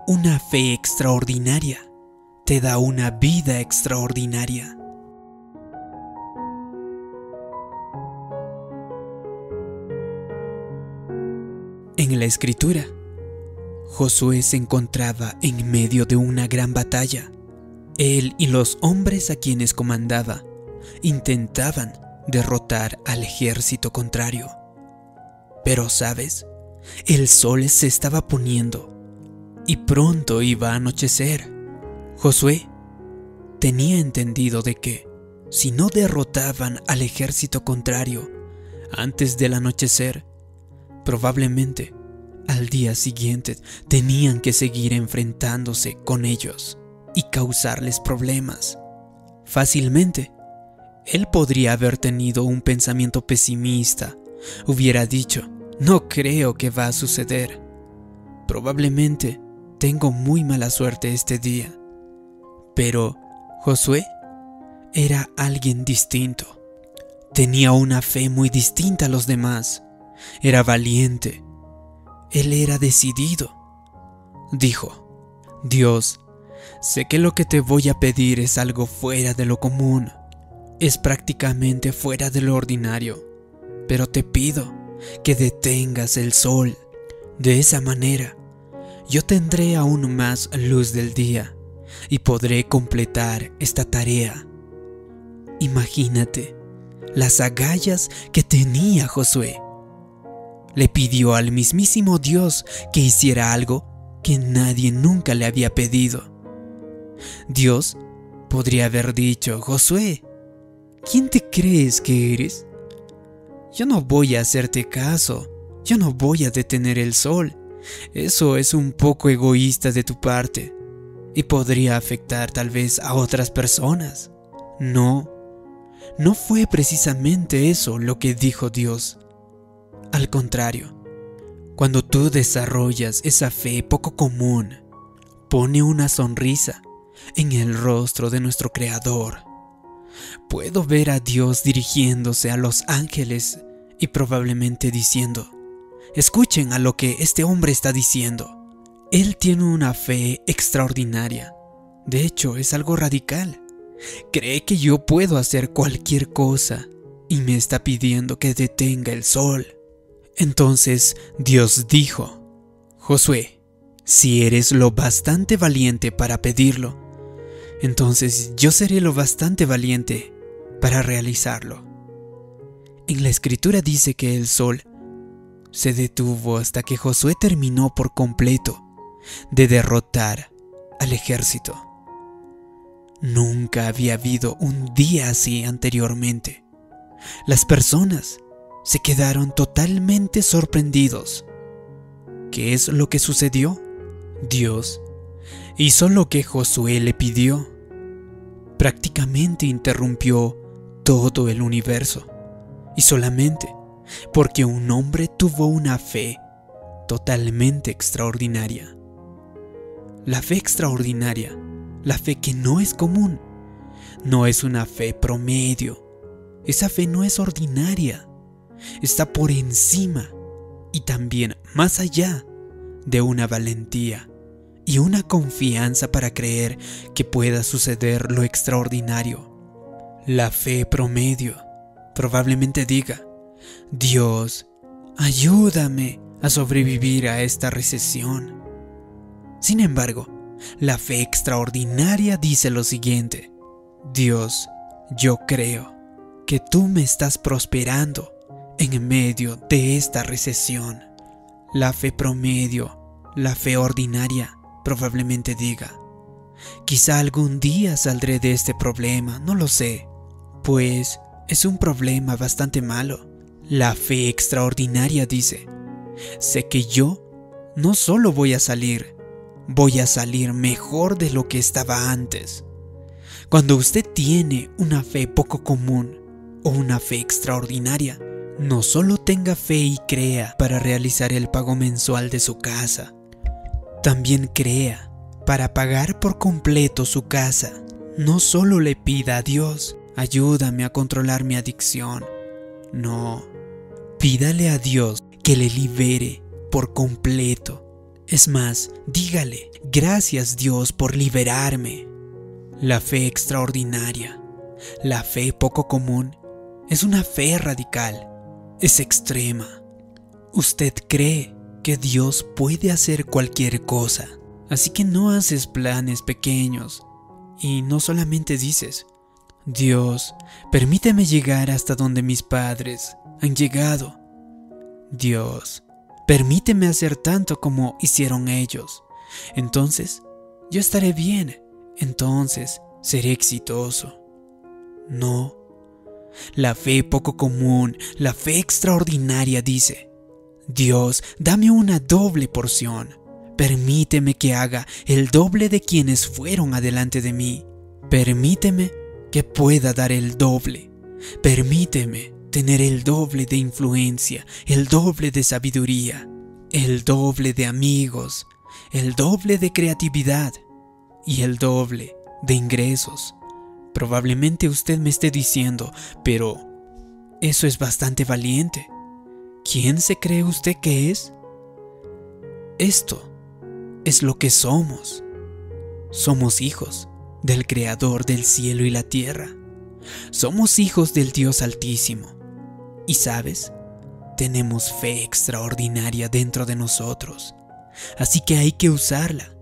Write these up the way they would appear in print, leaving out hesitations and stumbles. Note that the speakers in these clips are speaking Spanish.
Una fe extraordinaria te da una vida extraordinaria. En la Escritura, Josué se encontraba en medio de una gran batalla. Él y los hombres a quienes comandaba intentaban derrotar al ejército contrario. Pero, ¿sabes? El sol se estaba poniendo y pronto iba a anochecer. Josué tenía entendido de que, si no derrotaban al ejército contrario antes del anochecer, probablemente al día siguiente tenían que seguir enfrentándose con ellos y causarles problemas. Fácilmente, él podría haber tenido un pensamiento pesimista. Hubiera dicho: no creo que va a suceder. Probablemente tengo muy mala suerte este día. Pero Josué era alguien distinto. Tenía una fe muy distinta a los demás. Era valiente. Él era decidido. Dijo: Dios, sé que lo que te voy a pedir es algo fuera de lo común. Es prácticamente fuera de lo ordinario. Pero te pido que detengas el sol. De esa manera, yo tendré aún más luz del día y podré completar esta tarea. Imagínate las agallas que tenía Josué. Le pidió al mismísimo Dios que hiciera algo que nadie nunca le había pedido. Dios podría haber dicho: Josué, ¿quién te crees que eres? Yo no voy a hacerte caso. Yo no voy a detener el sol. Eso es un poco egoísta de tu parte y podría afectar tal vez a otras personas. No fue precisamente eso lo que dijo Dios. Al contrario, cuando tú desarrollas esa fe poco común, pone una sonrisa en el rostro de nuestro Creador. Puedo ver a Dios dirigiéndose a los ángeles y probablemente diciendo: escuchen a lo que este hombre está diciendo. Él tiene una fe extraordinaria. De hecho, es algo radical. Cree que yo puedo hacer cualquier cosa y me está pidiendo que detenga el sol. Entonces Dios dijo: Josué, si eres lo bastante valiente para pedirlo, entonces yo seré lo bastante valiente para realizarlo. En la Escritura dice que el sol se detuvo hasta que Josué terminó por completo de derrotar al ejército. Nunca había habido un día así anteriormente. Las personas se quedaron totalmente sorprendidos. ¿Qué es lo que sucedió? Dios hizo lo que Josué le pidió. Prácticamente interrumpió todo el universo. Y solamente porque un hombre tuvo una fe totalmente extraordinaria. La fe extraordinaria, la fe que no es común, no es una fe promedio. Esa fe no es ordinaria. Está por encima y también más allá de una valentía y una confianza para creer que pueda suceder lo extraordinario. La fe promedio probablemente diga: Dios, ayúdame a sobrevivir a esta recesión. Sin embargo, la fe extraordinaria dice lo siguiente: Dios, yo creo que tú me estás prosperando en medio de esta recesión. La fe promedio, la fe ordinaria, probablemente diga: quizá algún día saldré de este problema, no lo sé, pues es un problema bastante malo. La fe extraordinaria dice: sé que yo no solo voy a salir mejor de lo que estaba antes. Cuando usted tiene una fe poco común o una fe extraordinaria, no solo tenga fe y crea para realizar el pago mensual de su casa, también crea para pagar por completo su casa. No solo le pida a Dios: ayúdame a controlar mi adicción. No, pídale a Dios que le libere por completo Es más, dígale, gracias Dios por liberarme. La fe extraordinaria, la fe poco común, es una fe radical, es extrema. Usted cree que Dios puede hacer cualquier cosa, así que no haces planes pequeños y no solamente dices, Dios, permíteme llegar hasta donde mis padres han llegado. Dios, permíteme hacer tanto como hicieron ellos. Entonces, yo estaré bien. Entonces, seré exitoso. No. La fe poco común, la fe extraordinaria dice, Dios, dame una doble porción. Permíteme que haga el doble de quienes fueron adelante de mí. Permíteme que pueda dar el doble. Permíteme tener el doble de influencia, el doble de sabiduría, el doble de amigos, el doble de creatividad y el doble de ingresos. Probablemente usted me esté diciendo, pero eso es bastante valiente. ¿Quién se cree usted que es? Esto es lo que somos. Somos hijos del Creador del cielo y la tierra. Somos hijos del Dios Altísimo. Y sabes, tenemos fe extraordinaria dentro de nosotros, así que hay que usarla.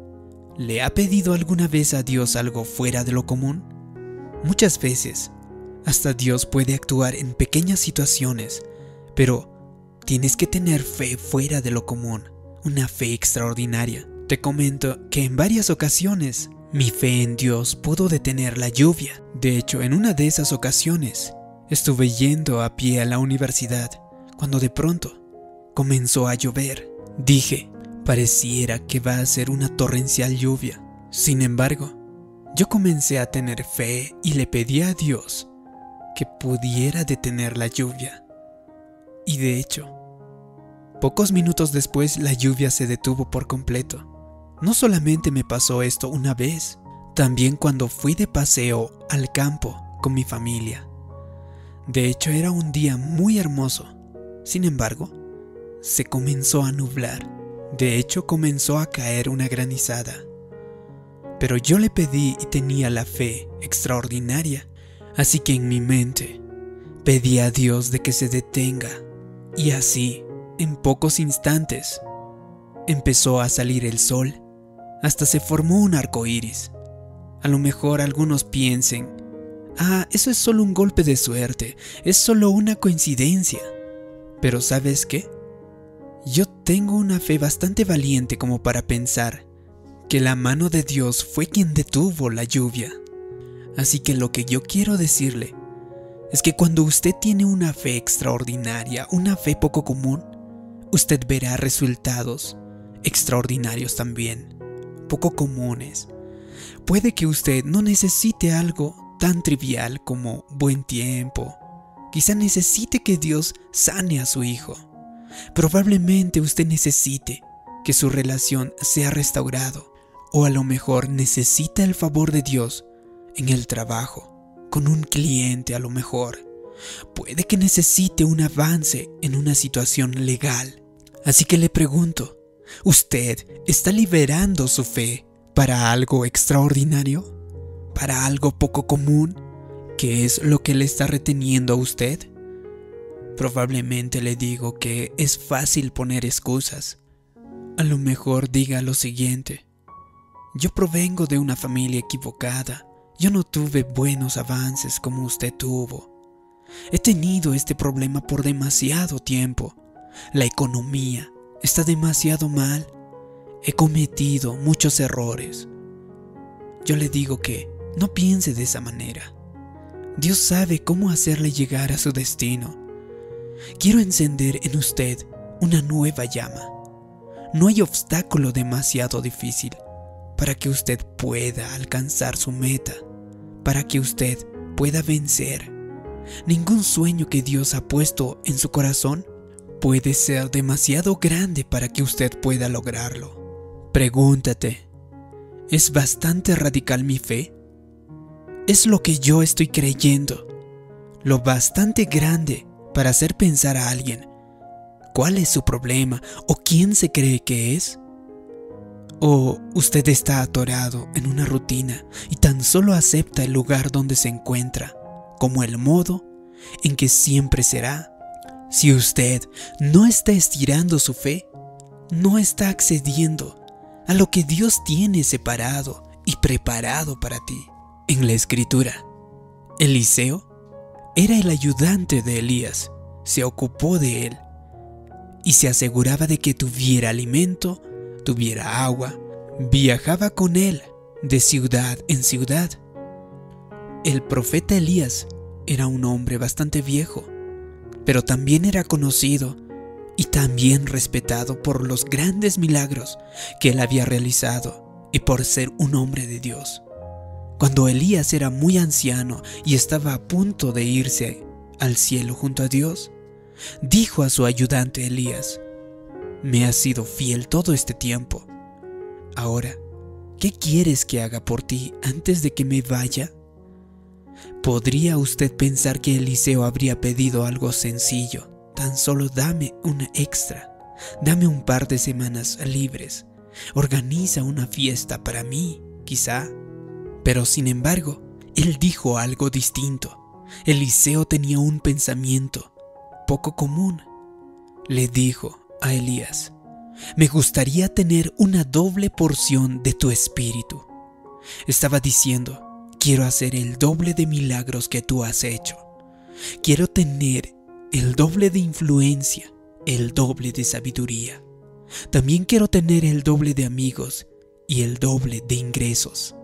¿Le ha pedido alguna vez a Dios algo fuera de lo común? Muchas veces, hasta Dios puede actuar en pequeñas situaciones, pero tienes que tener fe fuera de lo común, una fe extraordinaria. Te comento que en varias ocasiones mi fe en Dios pudo detener la lluvia. De hecho, en una de esas ocasiones, estuve yendo a pie a la universidad cuando de pronto comenzó a llover. Dije, pareciera que va a ser una torrencial lluvia. Sin embargo, yo comencé a tener fe y le pedí a Dios que pudiera detener la lluvia. Y de hecho, pocos minutos después la lluvia se detuvo por completo. No solamente me pasó esto una vez, también cuando fui de paseo al campo con mi familia. De hecho, era un día muy hermoso. Sin embargo, se comenzó a nublar. De hecho, comenzó a caer una granizada. Pero yo le pedí y tenía la fe extraordinaria. Así que en mi mente, pedí a Dios de que se detenga. Y así, en pocos instantes, empezó a salir el sol. Hasta se formó un arco iris. A lo mejor algunos piensen, eso es solo un golpe de suerte, es solo una coincidencia. Pero ¿sabes qué? Yo tengo una fe bastante valiente como para pensar que la mano de Dios fue quien detuvo la lluvia. Así que lo que yo quiero decirle es que cuando usted tiene una fe extraordinaria, una fe poco común, usted verá resultados extraordinarios también, poco comunes. Puede que usted no necesite algo tan trivial como buen tiempo. Quizá necesite que Dios sane a su hijo. Probablemente usted necesite que su relación sea restaurado. O a lo mejor necesita el favor de Dios en el trabajo, con un cliente a lo mejor. Puede que necesite un avance en una situación legal. Así que le pregunto, ¿usted está liberando su fe para algo extraordinario? ¿Para algo poco común? ¿Qué es lo que le está reteniendo a usted? Probablemente le digo que es fácil poner excusas. A lo mejor diga lo siguiente: yo provengo de una familia equivocada. Yo no tuve buenos avances como usted tuvo. He tenido este problema por demasiado tiempo. La economía está demasiado mal. He cometido muchos errores. Yo le digo que no piense de esa manera. Dios sabe cómo hacerle llegar a su destino. Quiero encender en usted una nueva llama. No hay obstáculo demasiado difícil para que usted pueda alcanzar su meta, para que usted pueda vencer. Ningún sueño que Dios ha puesto en su corazón puede ser demasiado grande para que usted pueda lograrlo. Pregúntate, ¿es bastante radical mi fe? ¿Es lo que yo estoy creyendo lo bastante grande para hacer pensar a alguien cuál es su problema o quién se cree que es? ¿O usted está atorado en una rutina y tan solo acepta el lugar donde se encuentra como el modo en que siempre será? Si usted no está estirando su fe, no está accediendo a lo que Dios tiene separado y preparado para ti. En la Escritura, Eliseo era el ayudante de Elías, se ocupó de él y se aseguraba de que tuviera alimento, tuviera agua, viajaba con él de ciudad en ciudad. El profeta Elías era un hombre bastante viejo, pero también era conocido y también respetado por los grandes milagros que él había realizado y por ser un hombre de Dios. Cuando Elías era muy anciano y estaba a punto de irse al cielo junto a Dios, dijo a su ayudante Elías: «Me has sido fiel todo este tiempo. Ahora, ¿qué quieres que haga por ti antes de que me vaya?». ¿Podría usted pensar que Eliseo habría pedido algo sencillo? Tan solo dame una extra, dame un par de semanas libres, organiza una fiesta para mí, quizá. Pero sin embargo, él dijo algo distinto. Eliseo tenía un pensamiento poco común. Le dijo a Elías: «Me gustaría tener una doble porción de tu espíritu». Estaba diciendo: quiero hacer el doble de milagros que tú has hecho. Quiero tener el doble de influencia, el doble de sabiduría. También quiero tener el doble de amigos y el doble de ingresos.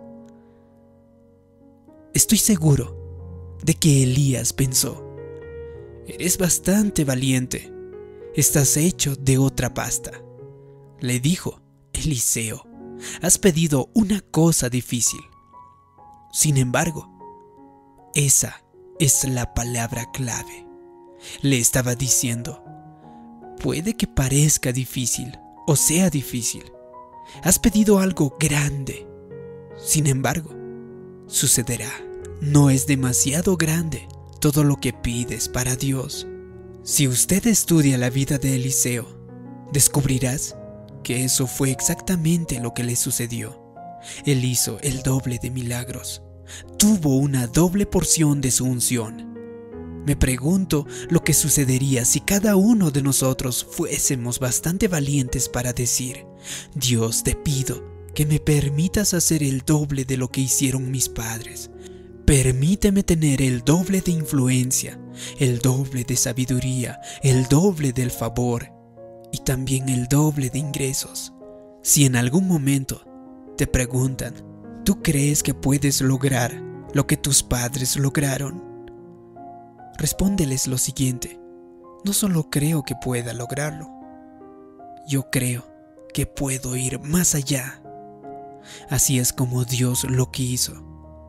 Estoy seguro de que Elías pensó: «Eres bastante valiente, estás hecho de otra pasta». Le dijo Eliseo: «Has pedido una cosa difícil». Sin embargo, esa es la palabra clave. Le estaba diciendo: puede que parezca difícil o sea difícil. Has pedido algo grande. Sin embargo, sucederá. No es demasiado grande todo lo que pides para Dios. Si usted estudia la vida de Eliseo, descubrirás que eso fue exactamente lo que le sucedió. Él hizo el doble de milagros. Tuvo una doble porción de su unción. Me pregunto lo que sucedería si cada uno de nosotros fuésemos bastante valientes para decir: Dios, te pido que me permitas hacer el doble de lo que hicieron mis padres. Permíteme tener el doble de influencia, el doble de sabiduría, el doble del favor y también el doble de ingresos. Si en algún momento te preguntan: ¿tú crees que puedes lograr lo que tus padres lograron?, respóndeles lo siguiente: no solo creo que pueda lograrlo, yo creo que puedo ir más allá. Así es como Dios lo quiso.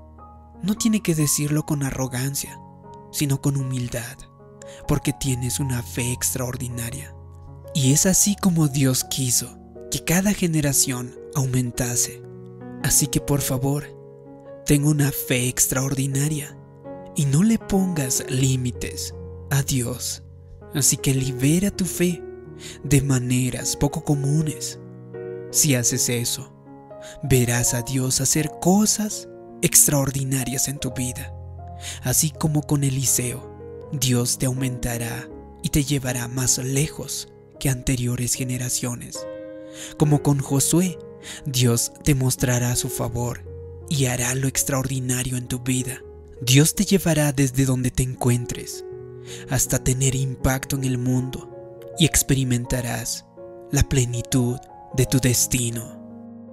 No tiene que decirlo con arrogancia, sino con humildad, porque tienes una fe extraordinaria. Y es así como Dios quiso que cada generación aumentase. Así que por favor, ten una fe extraordinaria y no le pongas límites a Dios. Así que libera tu fe de maneras poco comunes. Si haces eso, verás a Dios hacer cosas extraordinarias en tu vida. Así como con Eliseo, Dios te aumentará y te llevará más lejos que anteriores generaciones. Como con Josué, Dios te mostrará su favor y hará lo extraordinario en tu vida. Dios te llevará desde donde te encuentres hasta tener impacto en el mundo y experimentarás la plenitud de tu destino.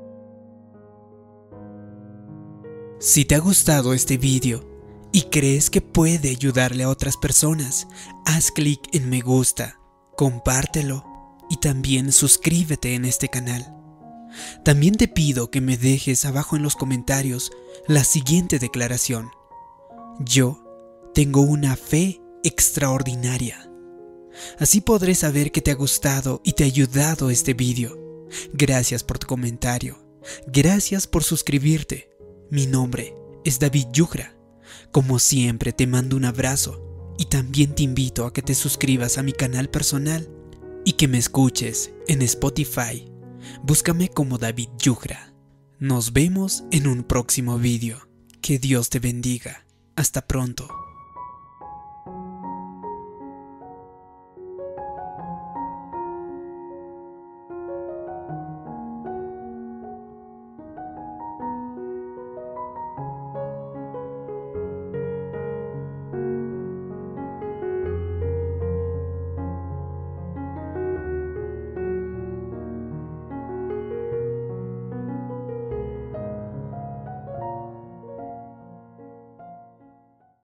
Si te ha gustado este video y crees que puede ayudarle a otras personas, haz clic en me gusta, compártelo y también suscríbete en este canal. También te pido que me dejes abajo en los comentarios la siguiente declaración: yo tengo una fe extraordinaria. Así podré saber que te ha gustado y te ha ayudado este video. Gracias por tu comentario. Gracias por suscribirte. Mi nombre es David Yugra. Como siempre te mando un abrazo y también te invito a que te suscribas a mi canal personal y que me escuches en Spotify, Búscame como David Yugra. Nos vemos en un próximo vídeo. Que Dios te bendiga. Hasta pronto.